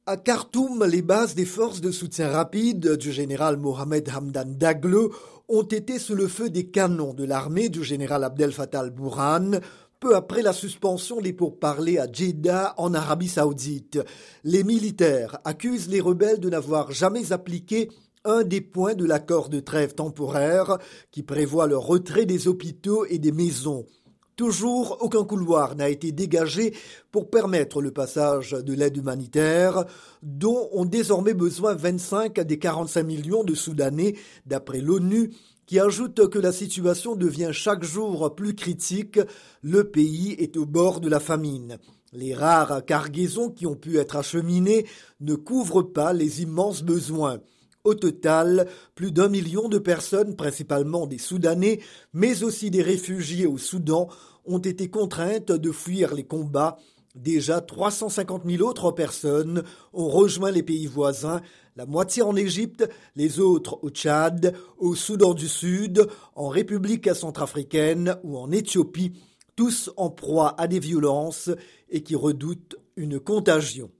À Khartoum, les bases des forces de soutien rapide du général Mohamed Hamdan Daglo ont été sous le feu des canons de l'armée du général Abdel Fattah al-Burhan, peu après la suspension des pourparlers à Djeddah en Arabie Saoudite. Les militaires accusent les rebelles de n'avoir jamais appliqué un des points de l'accord de trêve temporaire qui prévoit le retrait des hôpitaux et des maisons. Toujours, aucun couloir n'a été dégagé pour permettre le passage de l'aide humanitaire, dont ont désormais besoin 25 des 45 millions de Soudanais, d'après l'ONU, qui ajoute que la situation devient chaque jour plus critique. Le pays est au bord de la famine. Les rares cargaisons qui ont pu être acheminées ne couvrent pas les immenses besoins. Au total, plus d'1 million de personnes, principalement des Soudanais, mais aussi des réfugiés au Soudan, ont été contraintes de fuir les combats. Déjà 350 000 autres personnes ont rejoint les pays voisins, la moitié en Égypte, les autres au Tchad, au Soudan du Sud, en République centrafricaine ou en Éthiopie, tous en proie à des violences et qui redoutent une contagion.